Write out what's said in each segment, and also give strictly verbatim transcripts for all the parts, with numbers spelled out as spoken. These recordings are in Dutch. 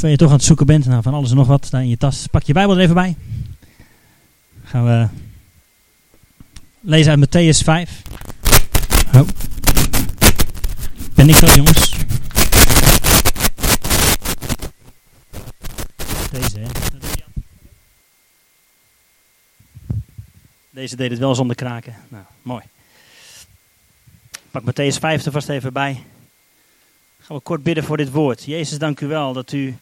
Terwijl je toch aan het zoeken bent, nou, van alles en nog wat, daar in je tas. Pak je Bijbel er even bij. Gaan we lezen uit Mattheüs vijf. Oh. Ben ik dat, jongens? Deze, hè? Deze deed het wel zonder kraken. Nou, mooi. Pak Mattheüs vijf er vast even bij. Gaan we kort bidden voor dit woord. Jezus, dank u wel dat u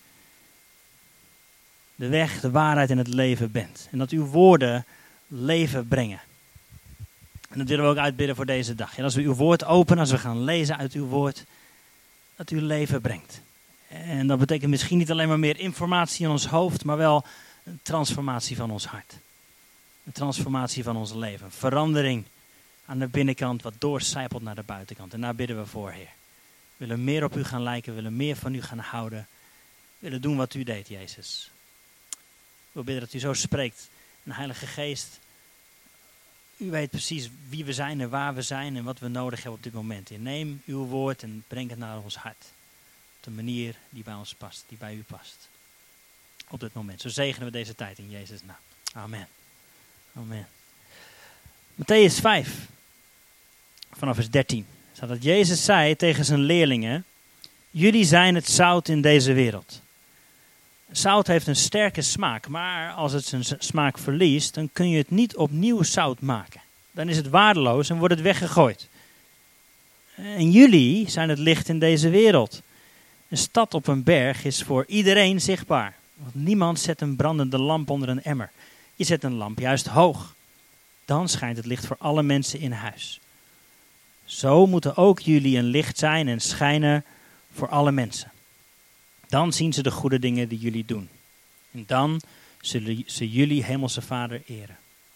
de weg, de waarheid en het leven bent. En dat uw woorden leven brengen. En dat willen we ook uitbidden voor deze dag. En als we uw woord openen, als we gaan lezen uit uw woord, dat u leven brengt. En dat betekent misschien niet alleen maar meer informatie in ons hoofd, maar wel een transformatie van ons hart. Een transformatie van ons leven. Een verandering aan de binnenkant wat doorcijpelt naar de buitenkant. En daar bidden we voor, Heer. We willen meer op u gaan lijken, we willen meer van u gaan houden. We willen doen wat u deed, Jezus. We bidden dat u zo spreekt. En Heilige Geest, u weet precies wie we zijn en waar we zijn en wat we nodig hebben op dit moment. En neem uw woord en breng het naar ons hart. Op de manier die bij ons past, die bij u past. Op dit moment. Zo zegenen we deze tijd in Jezus' naam. Amen. Amen. Mattheüs vijf, vanaf vers dertien. Staat dat Jezus zei tegen zijn leerlingen: jullie zijn het zout in deze wereld. Zout heeft een sterke smaak, maar als het zijn smaak verliest, dan kun je het niet opnieuw zout maken. Dan is het waardeloos en wordt het weggegooid. En jullie zijn het licht in deze wereld. Een stad op een berg is voor iedereen zichtbaar. Want niemand zet een brandende lamp onder een emmer. Je zet een lamp juist hoog. Dan schijnt het licht voor alle mensen in huis. Zo moeten ook jullie een licht zijn en schijnen voor alle mensen. Dan zien ze de goede dingen die jullie doen. En dan zullen ze jullie hemelse Vader eren.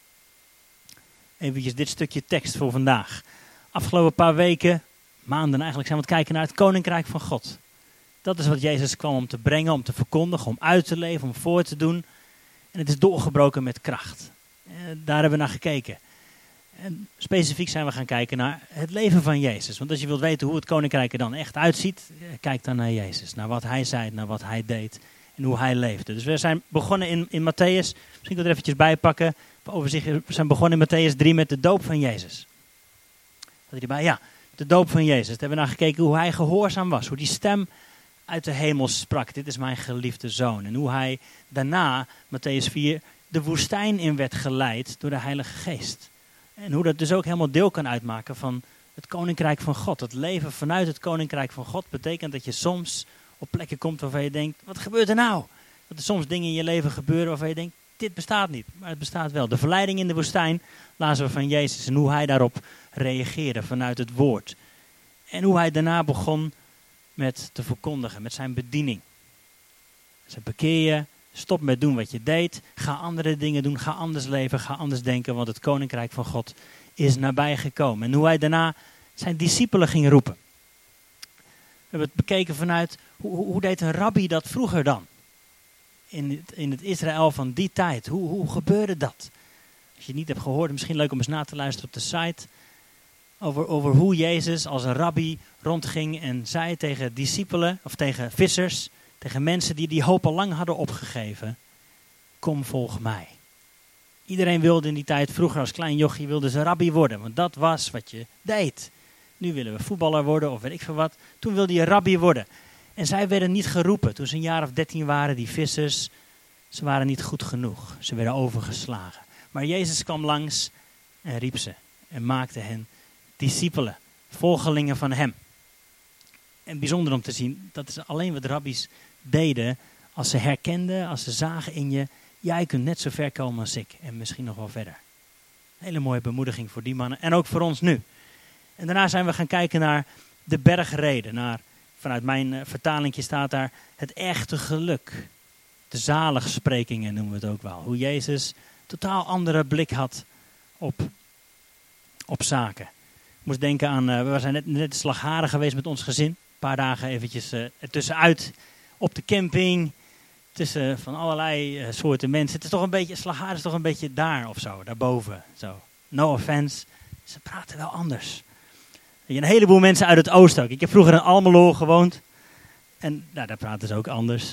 Even dit stukje tekst voor vandaag. Afgelopen paar weken, maanden eigenlijk, zijn we aan het kijken naar het Koninkrijk van God. Dat is wat Jezus kwam om te brengen, om te verkondigen, om uit te leven, om voor te doen. En het is doorgebroken met kracht. En daar hebben we naar gekeken. En specifiek zijn we gaan kijken naar het leven van Jezus. Want als je wilt weten hoe het Koninkrijk er dan echt uitziet, kijk dan naar Jezus. Naar wat hij zei, naar wat hij deed en hoe hij leefde. Dus we zijn begonnen in, in Mattheüs, misschien kun je er eventjes bij pakken. Overzicht, we zijn begonnen in Mattheüs drie met de doop van Jezus. Had hij erbij? Ja, de doop van Jezus. Daar hebben we naar gekeken hoe hij gehoorzaam was. Hoe die stem uit de hemel sprak. Dit is mijn geliefde zoon. En hoe hij daarna, Mattheüs vier, de woestijn in werd geleid door de Heilige Geest. En hoe dat dus ook helemaal deel kan uitmaken van het Koninkrijk van God. Het leven vanuit het Koninkrijk van God betekent dat je soms op plekken komt waarvan je denkt, wat gebeurt er nou? Dat er soms dingen in je leven gebeuren waarvan je denkt, dit bestaat niet. Maar het bestaat wel. De verleiding in de woestijn lazen we van Jezus en hoe hij daarop reageerde vanuit het woord. En hoe hij daarna begon met te verkondigen, met zijn bediening. Ze bekeer je, stop met doen wat je deed, ga andere dingen doen, ga anders leven, ga anders denken, want het Koninkrijk van God is nabij gekomen. En hoe hij daarna zijn discipelen ging roepen. We hebben het bekeken vanuit, hoe, hoe deed een rabbi dat vroeger dan? In het, in het Israël van die tijd, hoe, hoe gebeurde dat? Als je het niet hebt gehoord, misschien leuk om eens na te luisteren op de site. Over, over hoe Jezus als een rabbi rondging en zei tegen discipelen, of tegen vissers, tegen mensen die die hoop al lang hadden opgegeven, kom volg mij. Iedereen wilde in die tijd, vroeger als klein jochie, wilde ze rabbi worden, want dat was wat je deed. Nu willen we voetballer worden of weet ik veel wat. Toen wilde je rabbi worden. En zij werden niet geroepen. Toen ze een jaar of dertien waren, die vissers, ze waren niet goed genoeg. Ze werden overgeslagen. Maar Jezus kwam langs en riep ze en maakte hen discipelen, volgelingen van hem. En bijzonder om te zien, dat is alleen wat rabbies deden als ze herkenden, als ze zagen in je, jij kunt net zo ver komen als ik en misschien nog wel verder. Hele mooie bemoediging voor die mannen en ook voor ons nu. En daarna zijn we gaan kijken naar de bergreden, naar, vanuit mijn uh, vertalingje staat daar, het echte geluk. De zaligsprekingen noemen we het ook wel. Hoe Jezus totaal andere blik had op, op zaken. Ik moest denken aan, uh, we zijn net, net Slagharen geweest met ons gezin. Een paar dagen eventjes uh, ertussenuit op de camping. Tussen van allerlei uh, soorten mensen. Het is toch een beetje, Slagharen is toch een beetje daar of zo, daarboven. Zo. No offense. Ze praten wel anders. Een heleboel mensen uit het oosten ook. Ik heb vroeger in Almelo gewoond. En nou, daar praten ze ook anders.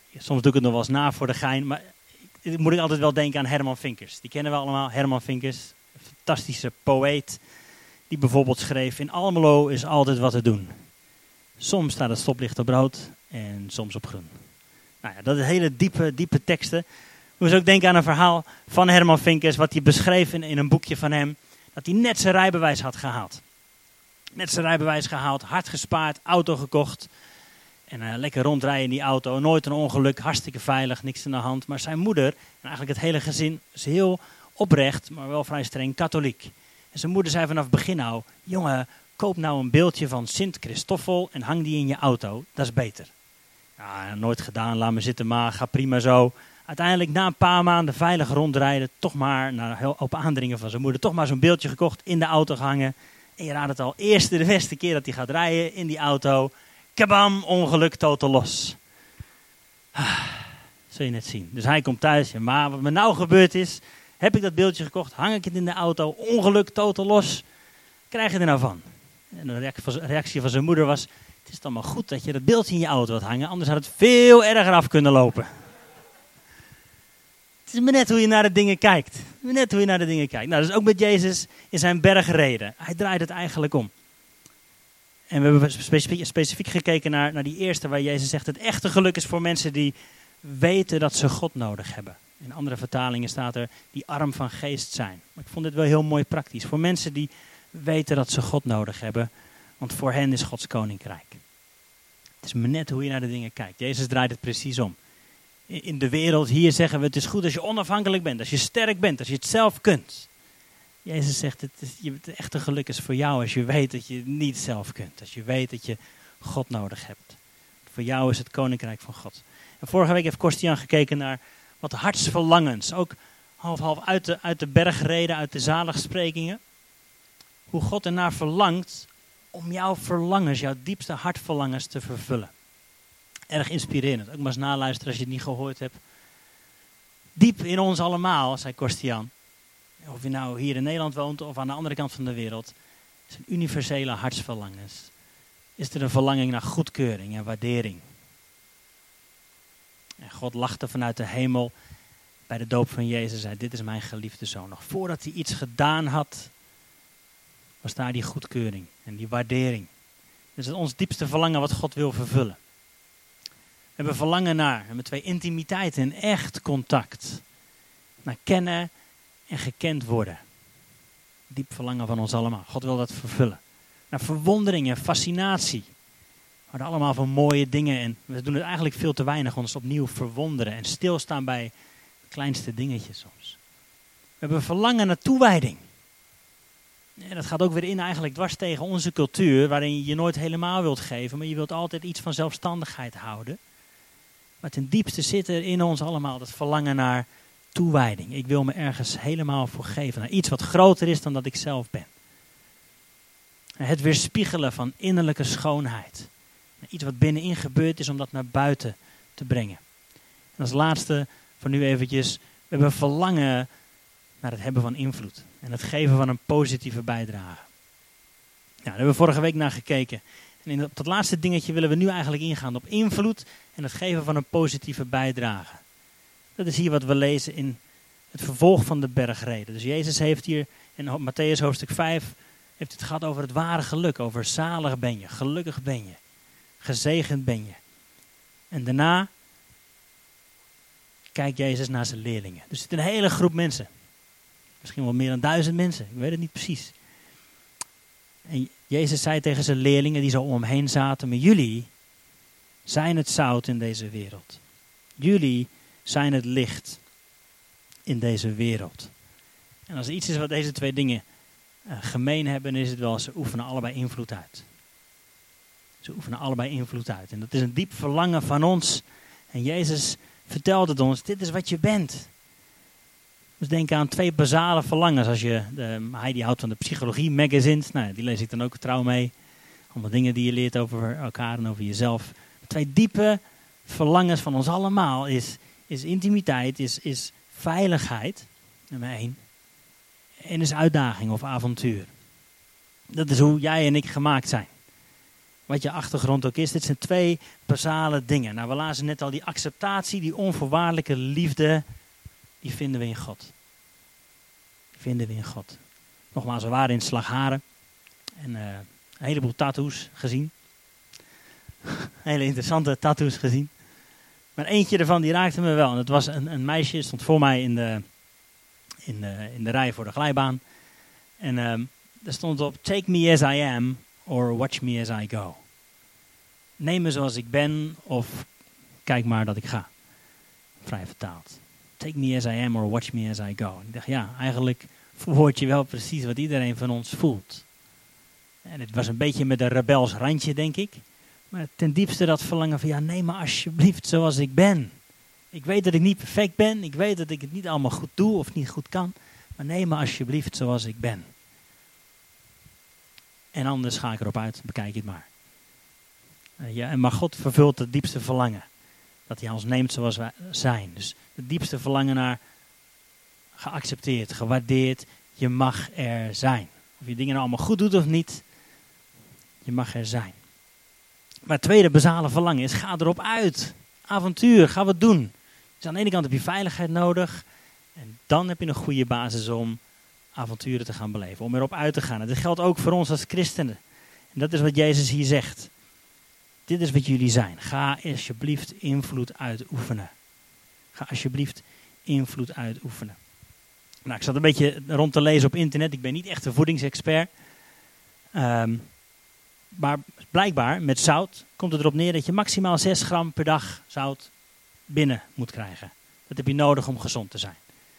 Soms doe ik het nog wel eens na voor de gein, maar ik, moet ik altijd wel denken aan Herman Vinkers. Die kennen we allemaal, Herman Vinkers, een fantastische poëet, die bijvoorbeeld schreef: in Almelo is altijd wat te doen. Soms staat het stoplicht op rood en soms op groen. Nou ja, dat is hele diepe, diepe teksten. Ik moest ook denken aan een verhaal van Herman Vinkers, wat hij beschreef in, in een boekje van hem, dat hij net zijn rijbewijs had gehaald. Net zijn rijbewijs gehaald, hard gespaard, auto gekocht. En uh, lekker rondrijden in die auto, nooit een ongeluk, hartstikke veilig, niks aan de hand. Maar zijn moeder, en eigenlijk het hele gezin, is heel oprecht, maar wel vrij streng katholiek. En zijn moeder zei vanaf het begin nou: jongen, koop nou een beeldje van Sint Christoffel en hang die in je auto, dat is beter. Ja, nooit gedaan, laat me zitten maar, ga prima zo. Uiteindelijk na een paar maanden veilig rondrijden, toch maar, nou, op aandringen van zijn moeder, toch maar zo'n beeldje gekocht, in de auto gehangen. En je raadt het al, eerste de beste keer dat hij gaat rijden in die auto, kabam, ongeluk, totaal los. Ah, zul je net zien. Dus hij komt thuis, ja, maar wat me nou gebeurd is, heb ik dat beeldje gekocht, hang ik het in de auto, ongeluk, totaal los. Krijg je er nou van? En de reactie van zijn moeder was: het is dan maar goed dat je dat beeldje in je auto had hangen, anders had het veel erger af kunnen lopen. Het is maar net hoe je naar de dingen kijkt. Net hoe je naar de dingen kijkt. Nou, dus ook met Jezus in zijn bergreden. Hij draait het eigenlijk om. En we hebben specifiek, specifiek gekeken naar, naar die eerste waar Jezus zegt: het echte geluk is voor mensen die weten dat ze God nodig hebben. In andere vertalingen staat er: die arm van geest zijn. Maar ik vond dit wel heel mooi praktisch. Voor mensen die weten dat ze God nodig hebben. Want voor hen is Gods koninkrijk. Het is maar net hoe je naar de dingen kijkt. Jezus draait het precies om. In de wereld hier zeggen we: het is goed als je onafhankelijk bent, als je sterk bent, als je het zelf kunt. Jezus zegt: het, is, het echte geluk is voor jou als je weet dat je het niet zelf kunt. Als je weet dat je God nodig hebt. Voor jou is het koninkrijk van God. En vorige week heeft Kostian gekeken naar wat hartsverlangens. Ook half half uit de, uit de bergreden, uit de zaligsprekingen. Hoe God ernaar verlangt om jouw verlangens, jouw diepste hartverlangens te vervullen. Erg inspirerend. Ook maar eens naluisteren als je het niet gehoord hebt. Diep in ons allemaal, zei Kostian, of je nou hier in Nederland woont of aan de andere kant van de wereld, is een universele hartsverlangens. Is er een verlanging naar goedkeuring en waardering. En God lachte vanuit de hemel bij de doop van Jezus en zei: dit is mijn geliefde zoon. Nog voordat hij iets gedaan had, was daar die goedkeuring en die waardering. Dus het is ons diepste verlangen wat God wil vervullen. We hebben verlangen naar, we hebben twee intimiteit en echt contact. Naar kennen en gekend worden. Diep verlangen van ons allemaal. God wil dat vervullen. Naar verwondering en fascinatie. We hadden allemaal van mooie dingen en we doen het eigenlijk veel te weinig. Ons opnieuw verwonderen en stilstaan bij de kleinste dingetjes soms. We hebben verlangen naar toewijding. En dat gaat ook weer in eigenlijk dwars tegen onze cultuur, waarin je je nooit helemaal wilt geven, maar je wilt altijd iets van zelfstandigheid houden. Maar ten diepste zit er in ons allemaal dat verlangen naar toewijding. Ik wil me ergens helemaal voor geven. Naar iets wat groter is dan dat ik zelf ben. Het weerspiegelen van innerlijke schoonheid. Iets wat binnenin gebeurd is om dat naar buiten te brengen. En als laatste voor nu eventjes. We hebben verlangen naar het hebben van invloed. En het geven van een positieve bijdrage. Nou, daar hebben we vorige week naar gekeken. En in dat, dat laatste dingetje willen we nu eigenlijk ingaan op invloed en het geven van een positieve bijdrage. Dat is hier wat we lezen in het vervolg van de bergreden. Dus Jezus heeft hier in Mattheüs hoofdstuk vijf heeft het gehad over het ware geluk. Over zalig ben je, gelukkig ben je, gezegend ben je. En daarna kijkt Jezus naar zijn leerlingen. Dus het is een hele groep mensen. Misschien wel meer dan duizend mensen, ik weet het niet precies. En Jezus zei tegen zijn leerlingen die zo om hem heen zaten: maar jullie zijn het zout in deze wereld. Jullie zijn het licht in deze wereld. En als er iets is wat deze twee dingen uh, gemeen hebben, is het wel, ze oefenen allebei invloed uit. Ze oefenen allebei invloed uit. En dat is een diep verlangen van ons. En Jezus vertelt het ons: dit is wat je bent. Dus denk aan twee basale verlangens. Als je, de, hij die houdt van de psychologie magazines, nou, die lees ik dan ook trouw mee. Allemaal dingen die je leert over elkaar en over jezelf. Twee diepe verlangens van ons allemaal is, is intimiteit, is, is veiligheid, nummer één. En is uitdaging of avontuur. Dat is hoe jij en ik gemaakt zijn. Wat je achtergrond ook is. Dit zijn twee basale dingen. Nou, we lazen net al, die acceptatie, die onvoorwaardelijke liefde, die vinden we in God. Die vinden we in God. Nogmaals, we waren in Slagharen. En uh, een heleboel tattoos gezien. Hele interessante tattoos gezien. Maar eentje ervan, die raakte me wel. En het was een, een meisje, stond voor mij in de, in de, in de rij voor de glijbaan. En um, er stond op, take me as I am, or watch me as I go. Neem me zoals ik ben, of kijk maar dat ik ga. Vrij vertaald. Take me as I am, or watch me as I go. En ik dacht, ja, eigenlijk verwoord je wel precies wat iedereen van ons voelt. En het was een beetje met een rebels randje, denk ik. Maar ten diepste dat verlangen van, ja, neem me alsjeblieft zoals ik ben. Ik weet dat ik niet perfect ben. Ik weet dat ik het niet allemaal goed doe of niet goed kan. Maar neem me alsjeblieft zoals ik ben. En anders ga ik erop uit, bekijk het maar. Uh, ja, maar God vervult het diepste verlangen. Dat hij ons neemt zoals wij zijn. Dus het diepste verlangen naar geaccepteerd, gewaardeerd. Je mag er zijn. Of je dingen nou allemaal goed doet of niet. Je mag er zijn. Maar het tweede basale verlangen is, ga erop uit. Avontuur, ga wat doen. Dus aan de ene kant heb je veiligheid nodig. En dan heb je een goede basis om avonturen te gaan beleven. Om erop uit te gaan. En dat geldt ook voor ons als christenen. En dat is wat Jezus hier zegt. Dit is wat jullie zijn. Ga alsjeblieft invloed uitoefenen. Ga alsjeblieft invloed uitoefenen. Nou, ik zat een beetje rond te lezen op internet. Ik ben niet echt een voedingsexpert. Um, maar blijkbaar, met zout, komt het erop neer dat je maximaal zes gram per dag zout binnen moet krijgen. Dat heb je nodig om gezond te zijn.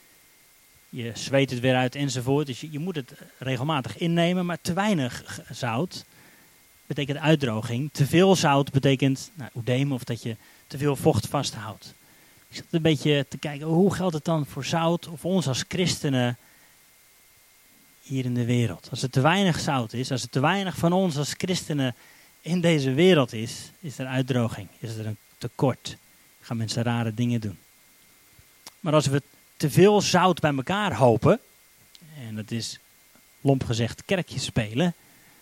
Je zweet het weer uit enzovoort. Dus je, je moet het regelmatig innemen. Maar te weinig zout betekent uitdroging. Te veel zout betekent nou, oedeem of dat je te veel vocht vasthoudt. Ik zat een beetje te kijken, hoe geldt het dan voor zout of ons als christenen hier in de wereld? Als er te weinig zout is, als er te weinig van ons als christenen in deze wereld is, is er uitdroging, is er een tekort. Gaan mensen rare dingen doen. Maar als we te veel zout bij elkaar hopen, en dat is lomp gezegd kerkjes spelen,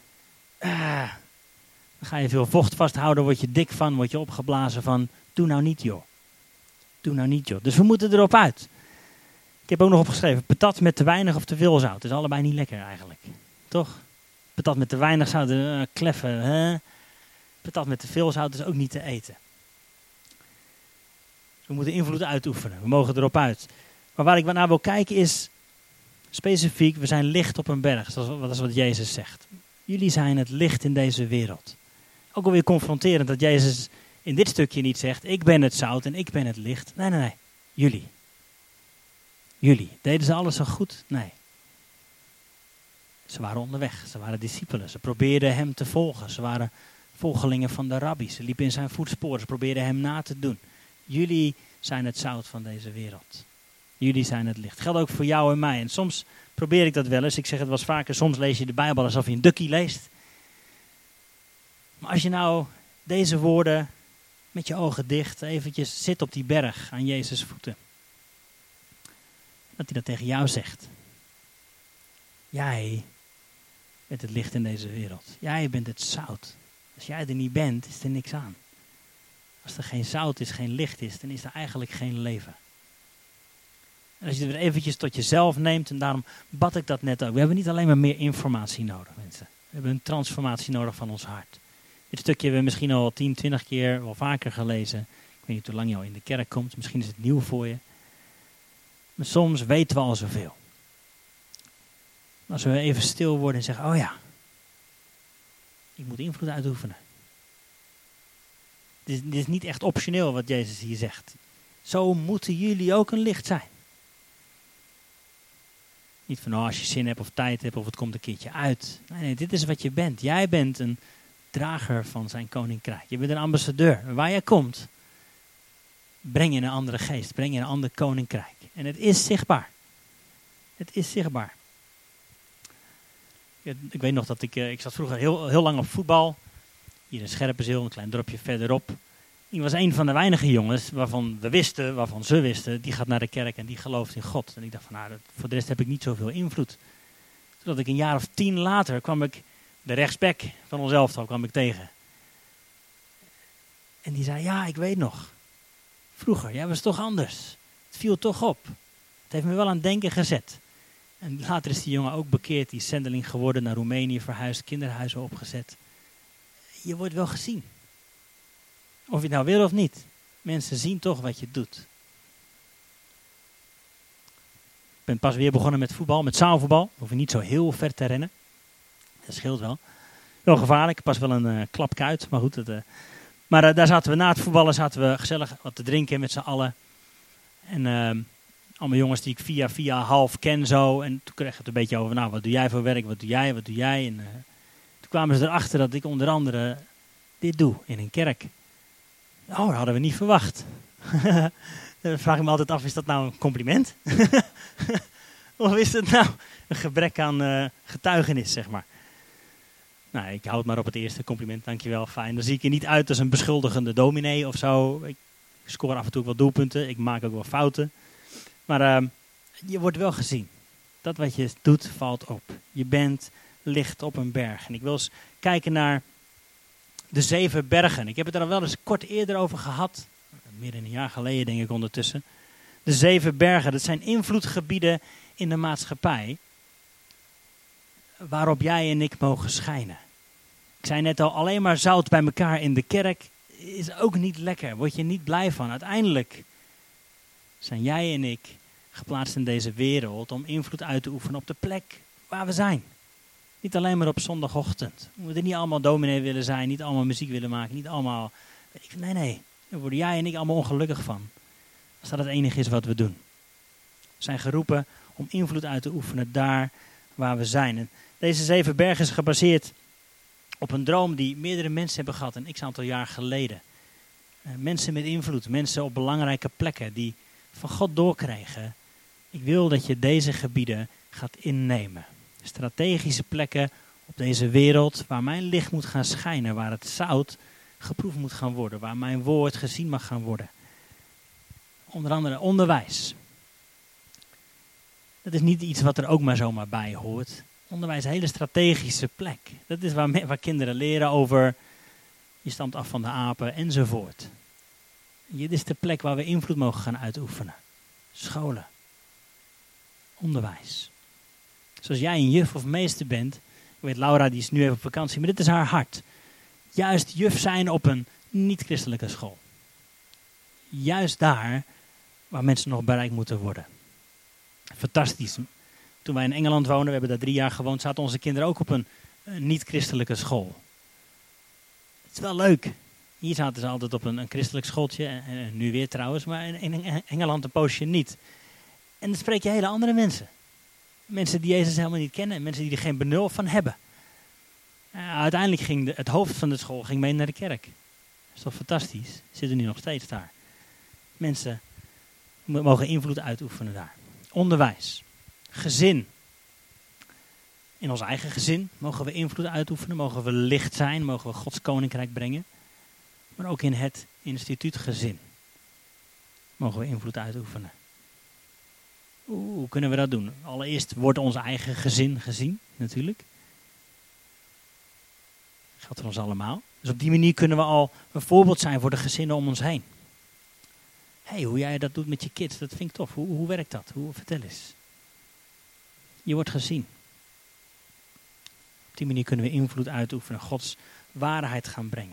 ah, dan ga je veel vocht vasthouden, word je dik van, word je opgeblazen van, doe nou niet joh. Doe nou niet joh. Dus we moeten erop uit. Ik heb ook nog opgeschreven, patat met te weinig of te veel zout. Dat is allebei niet lekker eigenlijk. Toch? Patat met te weinig zout, uh, kleffen. Hè? Patat met te veel zout is ook niet te eten. Dus we moeten invloed uitoefenen. We mogen erop uit. Maar waar ik naar wil kijken is, specifiek, we zijn licht op een berg. Dat is wat Jezus zegt. Jullie zijn het licht in deze wereld. Ook alweer confronterend dat Jezus in dit stukje niet zegt, ik ben het zout en ik ben het licht. Nee, nee, nee. Jullie. Jullie. Deden ze alles zo goed? Nee. Ze waren onderweg. Ze waren discipelen. Ze probeerden hem te volgen. Ze waren volgelingen van de rabbi. Ze liepen in zijn voetsporen. Ze probeerden hem na te doen. Jullie zijn het zout van deze wereld. Jullie zijn het licht. Geldt ook voor jou en mij. En soms probeer ik dat wel eens. Ik zeg het wel eens vaker. Soms lees je de Bijbel alsof je een dukkie leest. Maar als je nou deze woorden met je ogen dicht eventjes zit op die berg aan Jezus' voeten. Dat hij dat tegen jou zegt. Jij bent het licht in deze wereld. Jij bent het zout. Als jij er niet bent, is er niks aan. Als er geen zout is, geen licht is, dan is er eigenlijk geen leven. En als je het weer eventjes tot jezelf neemt, en daarom bad ik dat net ook. We hebben niet alleen maar meer informatie nodig, mensen. We hebben een transformatie nodig van ons hart. Dit stukje hebben we misschien al tien, twintig keer wel vaker gelezen. Ik weet niet hoe lang je al in de kerk komt. Misschien is het nieuw voor je. Maar soms weten we al zoveel. Als we even stil worden en zeggen, oh ja, ik moet invloed uitoefenen. Dit is, dit is niet echt optioneel wat Jezus hier zegt. Zo moeten jullie ook een licht zijn. Niet van, oh, als je zin hebt of tijd hebt of het komt een keertje uit. Nee, nee, dit is wat je bent. Jij bent een drager van zijn koninkrijk. Je bent een ambassadeur. Waar jij komt, breng je een andere geest. Breng je een ander koninkrijk. En het is zichtbaar. Het is zichtbaar. Ik weet nog dat ik, ik zat vroeger heel, heel lang op voetbal. Hier in Scherpenzeel, een klein dorpje verderop. Ik was een van de weinige jongens waarvan we wisten, waarvan ze wisten, die gaat naar de kerk en die gelooft in God. En ik dacht van, nou, dat, voor de rest heb ik niet zoveel invloed. Zodat ik een jaar of tien later kwam ik, de rechtsback van ons elftal kwam ik tegen. En die zei, ja, ik weet nog. Vroeger, jij was toch anders. Het viel toch op. Het heeft me wel aan het denken gezet. En later is die jongen ook bekeerd. Die is zendeling geworden, naar Roemenië verhuisd, kinderhuizen opgezet. Je wordt wel gezien. Of je het nou wil of niet. Mensen zien toch wat je doet. Ik ben pas weer begonnen met voetbal, met zaalvoetbal. Hoef je niet zo heel ver te rennen. Dat scheelt wel. Wel gevaarlijk, pas wel een uh, klapje uit. Maar goed, het, uh, maar uh, daar zaten we na het voetballen zaten we gezellig wat te drinken met z'n allen. En uh, allemaal jongens die ik via via half ken zo. En toen kreeg het een beetje over, nou, wat doe jij voor werk? Wat doe jij? Wat doe jij? En uh, toen kwamen ze erachter dat ik onder andere dit doe in een kerk. Oh, dat hadden we niet verwacht. Dan vraag ik me altijd af, is dat nou een compliment? Of is het nou een gebrek aan uh, getuigenis, zeg maar? Nou, ik hou het maar op het eerste compliment, dankjewel, fijn. Dan zie ik er niet uit als een beschuldigende dominee of zo. Ik scoor af en toe ook wel doelpunten, ik maak ook wel fouten. Maar uh, je wordt wel gezien. Dat wat je doet, valt op. Je bent licht op een berg. En ik wil eens kijken naar de zeven bergen. Ik heb het er al wel eens kort eerder over gehad. Meer dan een jaar geleden, denk ik ondertussen. De zeven bergen, dat zijn invloedgebieden in de maatschappij. Waarop jij en ik mogen schijnen. Ik zei net al, alleen maar zout bij elkaar in de kerk is ook niet lekker. Word je niet blij van. Uiteindelijk zijn jij en ik geplaatst in deze wereld om invloed uit te oefenen op de plek waar we zijn. Niet alleen maar op zondagochtend. We moeten niet allemaal dominee willen zijn, niet allemaal muziek willen maken, niet allemaal... Nee, nee, daar worden jij en ik allemaal ongelukkig van. Als dat het enige is wat we doen. We zijn geroepen om invloed uit te oefenen daar waar we zijn. En deze zeven bergen is gebaseerd op een droom die meerdere mensen hebben gehad. Een x-aantal jaar geleden. Uh, mensen met invloed, mensen op belangrijke plekken die van God doorkregen. Ik wil dat je deze gebieden gaat innemen. Strategische plekken op deze wereld waar mijn licht moet gaan schijnen. Waar het zout geproefd moet gaan worden. Waar mijn woord gezien mag gaan worden. Onder andere onderwijs. Dat is niet iets wat er ook maar zomaar bij hoort. Onderwijs is een hele strategische plek. Dat is waar, me, waar kinderen leren over, je stamt af van de apen enzovoort. Dit is de plek waar we invloed mogen gaan uitoefenen. Scholen. Onderwijs. Zoals jij een juf of meester bent. Ik weet, Laura die is nu even op vakantie, maar dit is haar hart. Juist juf zijn op een niet-christelijke school. Juist daar waar mensen nog bereikt moeten worden. Fantastisch. Toen wij in Engeland woonden, we hebben daar drie jaar gewoond, zaten onze kinderen ook op een, een niet-christelijke school. Het is wel leuk. Hier zaten ze altijd op een, een christelijk schooltje, en, en nu weer trouwens, maar in, in Engeland een poosje niet. En dan spreek je hele andere mensen. Mensen die Jezus helemaal niet kennen, mensen die er geen benul van hebben. Uh, uiteindelijk ging de, het hoofd van de school ging mee naar de kerk. Dat is toch fantastisch? Zitten nu nog steeds daar. Mensen mogen invloed uitoefenen daar. Onderwijs. Gezin. In ons eigen gezin mogen we invloed uitoefenen. Mogen we licht zijn. Mogen we Gods koninkrijk brengen. Maar ook in het instituut gezin. Mogen we invloed uitoefenen. Oeh, hoe kunnen we dat doen? Allereerst wordt ons eigen gezin gezien. Natuurlijk. Dat geldt voor ons allemaal. Dus op die manier kunnen we al een voorbeeld zijn voor de gezinnen om ons heen. Hé, hey, hoe jij dat doet met je kids, dat vind ik tof. Hoe, hoe werkt dat? Hoe, vertel eens. Je wordt gezien. Op die manier kunnen we invloed uitoefenen. Gods waarheid gaan brengen.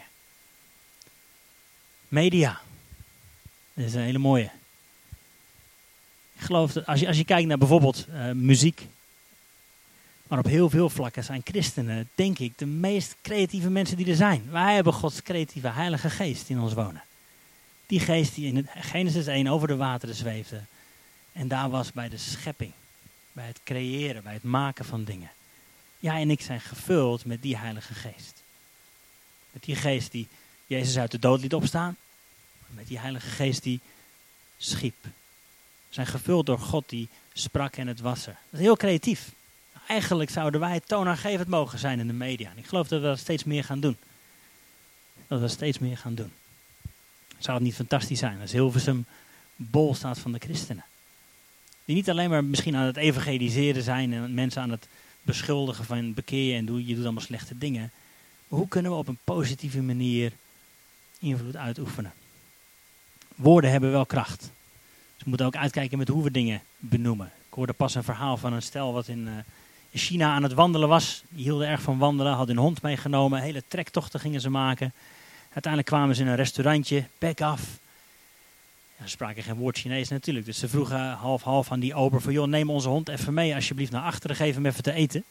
Media. Dat is een hele mooie. Ik geloof dat als je, als je kijkt naar bijvoorbeeld uh, muziek. Maar op heel veel vlakken zijn christenen, denk ik, de meest creatieve mensen die er zijn. Wij hebben Gods creatieve heilige geest in ons wonen. Die geest die in het Genesis één over de wateren zweefde. En daar was bij de schepping. Bij het creëren, bij het maken van dingen. Jij en ik zijn gevuld met die heilige geest. Met die geest die Jezus uit de dood liet opstaan. Met die heilige geest die schiep. We zijn gevuld door God die sprak en het was er. Dat is heel creatief. Eigenlijk zouden wij toonaangevend mogen zijn in de media. En ik geloof dat we dat steeds meer gaan doen. Dat we dat steeds meer gaan doen. Zou het niet fantastisch zijn als Hilversum bol staat van de christenen. Die niet alleen maar misschien aan het evangeliseren zijn en mensen aan het beschuldigen van bekeer je en doe, je doet allemaal slechte dingen. Maar hoe kunnen we op een positieve manier invloed uitoefenen. Woorden hebben wel kracht. Dus we moeten ook uitkijken met hoe we dingen benoemen. Ik hoorde pas een verhaal van een stel wat in, uh, in China aan het wandelen was. Die hielden erg van wandelen, hadden hun hond meegenomen. Hele trektochten gingen ze maken. Uiteindelijk kwamen ze in een restaurantje, bek af. Ja, ze spraken geen woord Chinees natuurlijk. Dus ze vroegen half-half aan die ober van, joh, neem onze hond even mee alsjeblieft naar achteren. Geef hem even te eten.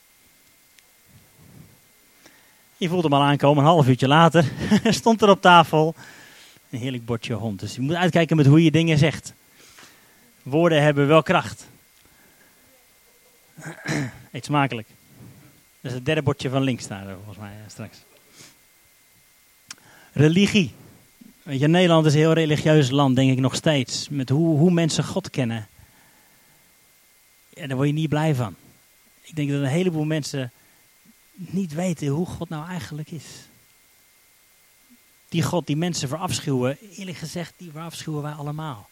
Je voelt hem al aankomen, een half uurtje later stond er op tafel een heerlijk bordje hond. Dus je moet uitkijken met hoe je dingen zegt. Woorden hebben wel kracht. Eet smakelijk. Dat is het derde bordje van links daar volgens mij straks. Religie. Weet je, Nederland is een heel religieus land, denk ik nog steeds. Met hoe, hoe mensen God kennen. Ja, daar word je niet blij van. Ik denk dat een heleboel mensen niet weten hoe God nou eigenlijk is. Die God die mensen verafschuwen, eerlijk gezegd, die verafschuwen wij allemaal.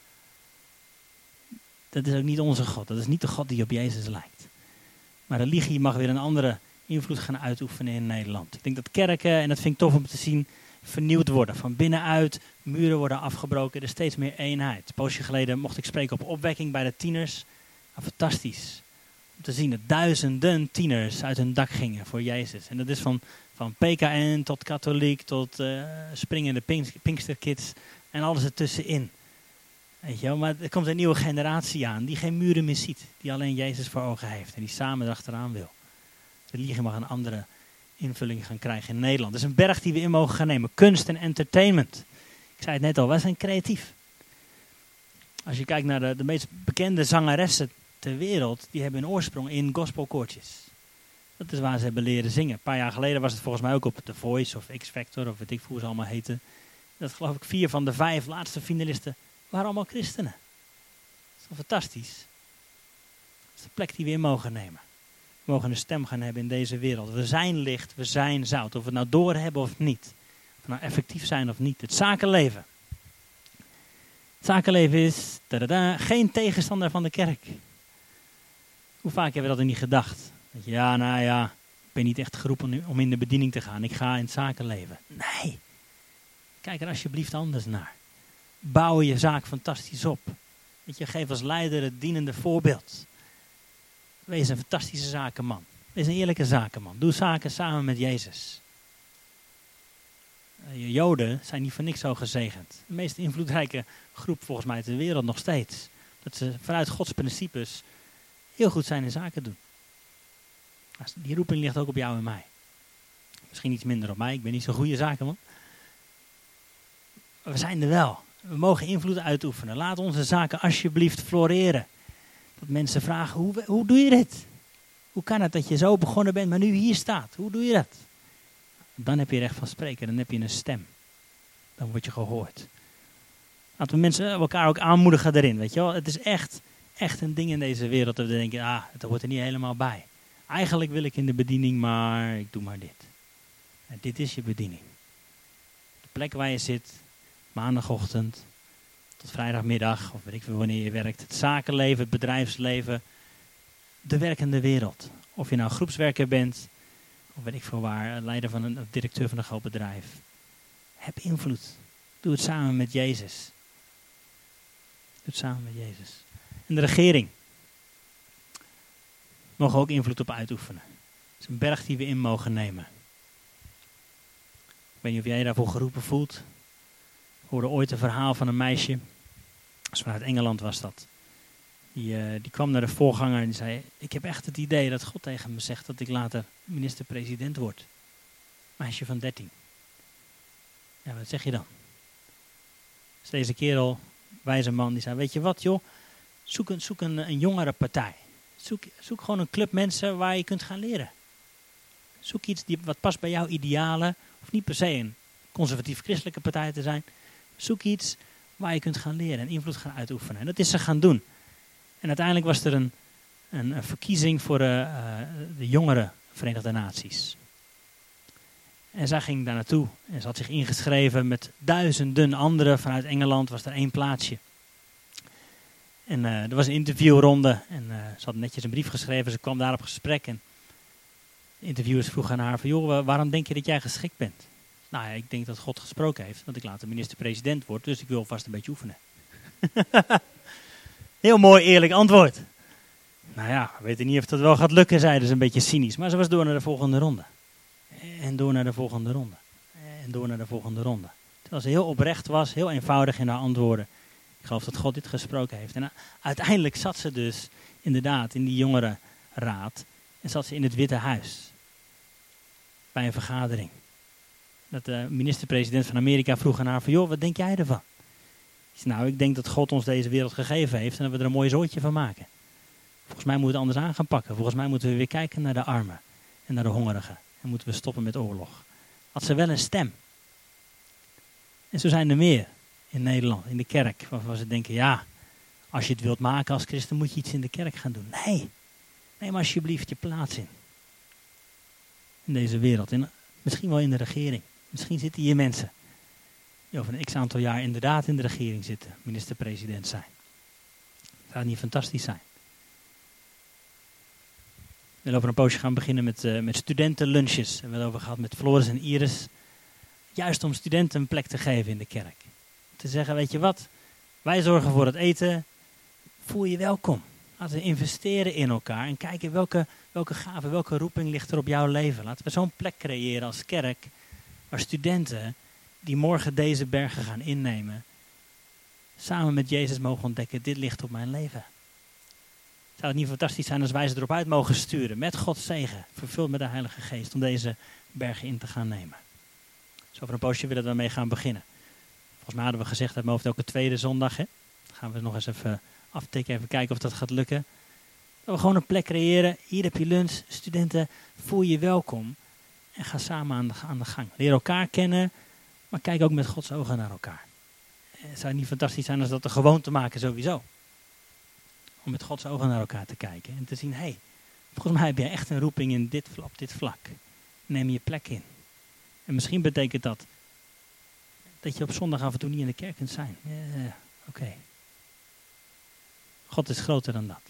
Dat is ook niet onze God. Dat is niet de God die op Jezus lijkt. Maar religie mag weer een andere invloed gaan uitoefenen in Nederland. Ik denk dat kerken, en dat vind ik tof om te zien, vernieuwd worden. Van binnenuit, muren worden afgebroken, er is steeds meer eenheid. Een poosje geleden mocht ik spreken op opwekking bij de tieners. Nou, fantastisch. Om te zien dat duizenden tieners uit hun dak gingen voor Jezus. En dat is van, van P K N tot katholiek tot uh, springende pink, Pinksterkids en alles ertussenin. Weet je wel? Maar er komt een nieuwe generatie aan die geen muren meer ziet. Die alleen Jezus voor ogen heeft en die samen erachteraan wil. Religie mag een andere invulling gaan krijgen in Nederland. Dat is een berg die we in mogen gaan nemen. Kunst en entertainment. Ik zei het net al, wij zijn creatief. Als je kijkt naar de, de meest bekende zangeressen ter wereld, die hebben een oorsprong in gospelkoortjes. Dat is waar ze hebben leren zingen. Een paar jaar geleden was het volgens mij ook op The Voice of X Factor, of weet ik hoe ze allemaal heten. Dat geloof ik vier van de vijf laatste finalisten waren allemaal christenen. Dat is toch fantastisch? Dat is de plek die we in mogen nemen. We mogen een stem gaan hebben in deze wereld. We zijn licht, we zijn zout. Of we het nou doorhebben of niet. Of we nou effectief zijn of niet. Het zakenleven. Het zakenleven is tadada, geen tegenstander van de kerk. Hoe vaak hebben we dat in die gedacht? Dat je, ja, nou ja, ik ben niet echt geroepen om in de bediening te gaan. Ik ga in het zakenleven. Nee. Kijk er alsjeblieft anders naar. Bouw je zaak fantastisch op. Weet je, geef als leider het dienende voorbeeld. Wees een fantastische zakenman. Wees een eerlijke zakenman. Doe zaken samen met Jezus. Uh, Joden zijn niet voor niks zo gezegend. De meest invloedrijke groep volgens mij ter wereld nog steeds. Dat ze vanuit Gods principes heel goed zijn in zaken doen. Die roeping ligt ook op jou en mij. Misschien iets minder op mij. Ik ben niet zo'n goede zakenman. Maar we zijn er wel. We mogen invloed uitoefenen. Laat onze zaken alsjeblieft floreren. Dat mensen vragen, hoe, hoe doe je dit? Hoe kan het dat je zo begonnen bent, maar nu hier staat? Hoe doe je dat? Dan heb je recht van spreken, dan heb je een stem. Dan word je gehoord. Laten we mensen elkaar ook aanmoedigen erin, weet je wel. Het is echt, echt een ding in deze wereld dat we denken, ah, het hoort er niet helemaal bij. Eigenlijk wil ik in de bediening, maar ik doe maar dit. En dit is je bediening. De plek waar je zit, maandagochtend tot vrijdagmiddag, of weet ik veel wanneer je werkt. Het zakenleven, het bedrijfsleven, de werkende wereld. Of je nou groepswerker bent, of weet ik veel waar, leider van een, of directeur van een groot bedrijf. Heb invloed. Doe het samen met Jezus. Doe het samen met Jezus. En de regering. Mogen ook invloed op uitoefenen. Het is een berg die we in mogen nemen. Ik weet niet of jij je daarvoor geroepen voelt. Ik hoorde ooit een verhaal van een meisje. Dus vanuit Engeland was dat. Die, uh, die kwam naar de voorganger en die zei, ik heb echt het idee dat God tegen me zegt dat ik later minister-president word. Meisje van dertien. Ja, wat zeg je dan? Dus deze kerel, wijze man, die zei, weet je wat joh, zoek een, zoek een, een jongere partij. Zoek, zoek gewoon een club mensen waar je kunt gaan leren. Zoek iets die, wat past bij jouw idealen. Of niet per se een conservatief-christelijke partij te zijn. Zoek iets waar je kunt gaan leren en invloed gaan uitoefenen. En dat is ze gaan doen. En uiteindelijk was er een, een, een verkiezing voor uh, uh, de jongere Verenigde Naties. En zij ging daar naartoe. En ze had zich ingeschreven met duizenden anderen. Vanuit Engeland was er één plaatsje. En uh, er was een interviewronde. En uh, ze had netjes een brief geschreven. Ze kwam daar op gesprek. En de interviewers vroegen aan haar van, joh, waarom denk je dat jij geschikt bent? Nou ja, ik denk dat God gesproken heeft, dat ik later minister-president word, dus ik wil vast een beetje oefenen. Heel mooi, eerlijk antwoord. Nou ja, we weten niet of dat wel gaat lukken, zeiden ze een beetje cynisch. Maar ze was door naar de volgende ronde. En door naar de volgende ronde. En door naar de volgende ronde. Terwijl ze heel oprecht was, heel eenvoudig in haar antwoorden. Ik geloof dat God dit gesproken heeft. En uiteindelijk zat ze dus inderdaad in die jongerenraad. En zat ze in het Witte Huis. Bij een vergadering. Dat de minister-president van Amerika vroeg aan haar van, joh, wat denk jij ervan? Ik zei, nou, ik denk dat God ons deze wereld gegeven heeft en dat we er een mooi zootje van maken. Volgens mij moeten we het anders aan gaan pakken. Volgens mij moeten we weer kijken naar de armen en naar de hongerigen. En moeten we stoppen met oorlog. Had ze wel een stem. En zo zijn er meer in Nederland, in de kerk. Waarvan ze denken, ja, als je het wilt maken als christen moet je iets in de kerk gaan doen. Nee, neem alsjeblieft je plaats in. In deze wereld. In, misschien wel in de regering. Misschien zitten hier mensen die over een x-aantal jaar inderdaad in de regering zitten. Minister-president zijn. Zou het niet fantastisch zijn? We willen over een poosje gaan beginnen met, uh, met studentenlunches. We hebben het over gehad met Floris en Iris. Juist om studenten een plek te geven in de kerk. Te zeggen, weet je wat? Wij zorgen voor het eten. Voel je welkom. Laten we investeren in elkaar. En kijken welke, welke gave, welke roeping ligt er op jouw leven. Laten we zo'n plek creëren als kerk. Waar studenten die morgen deze bergen gaan innemen. Samen met Jezus mogen ontdekken, dit ligt op mijn leven. Zou het niet fantastisch zijn als wij ze erop uit mogen sturen. Met Gods zegen. Vervuld met de Heilige Geest. Om deze bergen in te gaan nemen. Dus over een poosje willen we daarmee gaan beginnen. Volgens mij hadden we gezegd dat we over elke tweede zondag. Hè? Dan gaan we nog eens even aftikken. Even kijken of dat gaat lukken. Dat we gewoon een plek creëren. Hier heb je lunch. Studenten, voel je welkom. En ga samen aan de, aan de gang. Leer elkaar kennen. Maar kijk ook met Gods ogen naar elkaar. Het zou niet fantastisch zijn als dat de gewoonte maken sowieso. Om met Gods ogen naar elkaar te kijken. En te zien, hé, hey, volgens mij heb je echt een roeping in dit, op dit vlak. Neem je plek in. En misschien betekent dat dat je op zondag af en toe niet in de kerk kunt zijn. Ja, Oké. Okay. God is groter dan dat.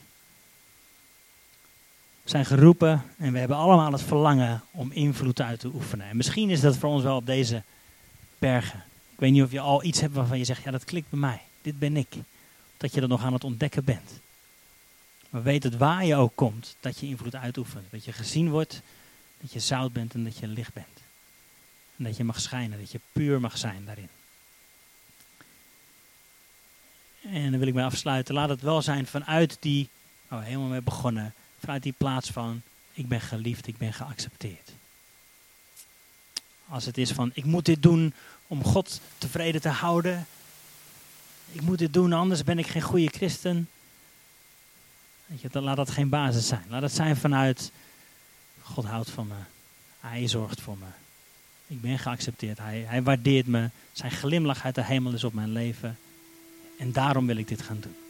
We zijn geroepen en we hebben allemaal het verlangen om invloed uit te oefenen. En misschien is dat voor ons wel op deze bergen. Ik weet niet of je al iets hebt waarvan je zegt, ja, dat klikt bij mij. Dit ben ik. Dat je dat nog aan het ontdekken bent. Maar weet het waar je ook komt, dat je invloed uitoefent. Dat je gezien wordt, dat je zout bent en dat je licht bent. En dat je mag schijnen, dat je puur mag zijn daarin. En dan wil ik mij afsluiten. Laat het wel zijn vanuit die, waar we helemaal mee begonnen. Vanuit die plaats van, ik ben geliefd, ik ben geaccepteerd. Als het is van, ik moet dit doen om God tevreden te houden. Ik moet dit doen, anders ben ik geen goede christen. Weet je, dan laat dat geen basis zijn. Laat het zijn vanuit, God houdt van me. Hij zorgt voor me. Ik ben geaccepteerd. Hij, hij waardeert me. Zijn glimlach uit de hemel is op mijn leven. En daarom wil ik dit gaan doen.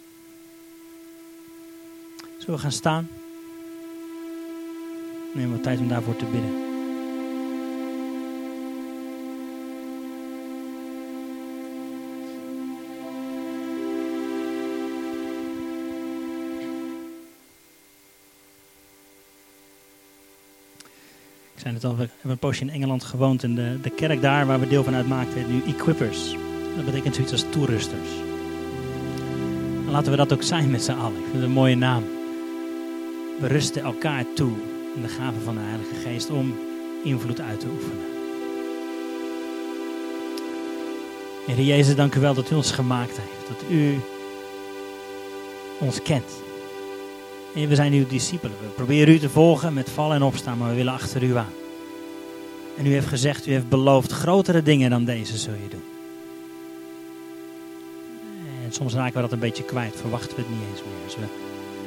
Zullen we gaan staan? Neem wat tijd om daarvoor te bidden. Ik zei het al, we hebben een poosje in Engeland gewoond en de, de kerk daar waar we deel van uitmaakten heet nu Equippers. Dat betekent zoiets als toerusters. En laten we dat ook zijn met z'n allen. Ik vind het een mooie naam. We rusten elkaar toe in de gave van de Heilige Geest om invloed uit te oefenen. Heer Jezus, dank u wel dat u ons gemaakt heeft. Dat u ons kent. En we zijn uw discipelen. We proberen u te volgen met vallen en opstaan, maar we willen achter u aan. En u heeft gezegd, u heeft beloofd, grotere dingen dan deze zul je doen. En soms raken we dat een beetje kwijt, verwachten we het niet eens meer als we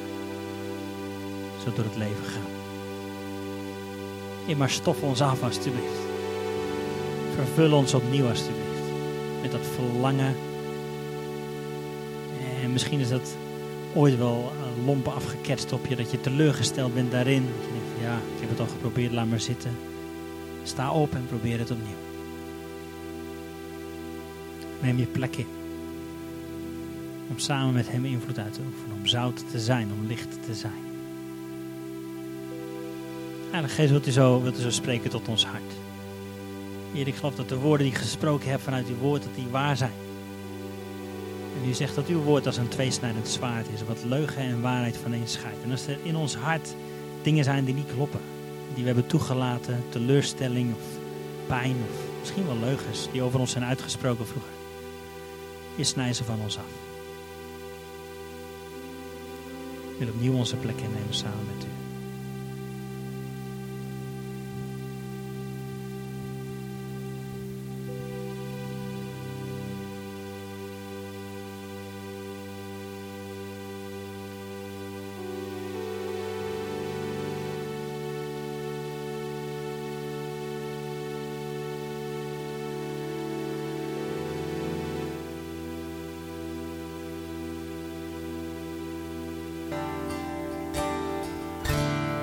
zo door het leven gaan. Heer, maar stof ons af alstublieft. Vervul ons opnieuw alstublieft. Met dat verlangen. En misschien is dat ooit wel lompen afgeketst op je, dat je teleurgesteld bent daarin. Dat je denkt van ja, ik heb het al geprobeerd, laat maar zitten. Sta op en probeer het opnieuw. Neem je plek in. Om samen met hem invloed uit te oefenen. Om zout te zijn, om licht te zijn. Heilige Geest, wilt u zo, wilt u zo spreken tot ons hart. Heer, ik geloof dat de woorden die ik gesproken heb vanuit uw woord, dat die waar zijn. En u zegt dat uw woord als een tweesnijdend zwaard is, wat leugen en waarheid vaneen scheidt. En als er in ons hart dingen zijn die niet kloppen, die we hebben toegelaten, teleurstelling of pijn of misschien wel leugens die over ons zijn uitgesproken vroeger, Heer, snij ze van ons af. Ik wil opnieuw onze plek innemen samen met u.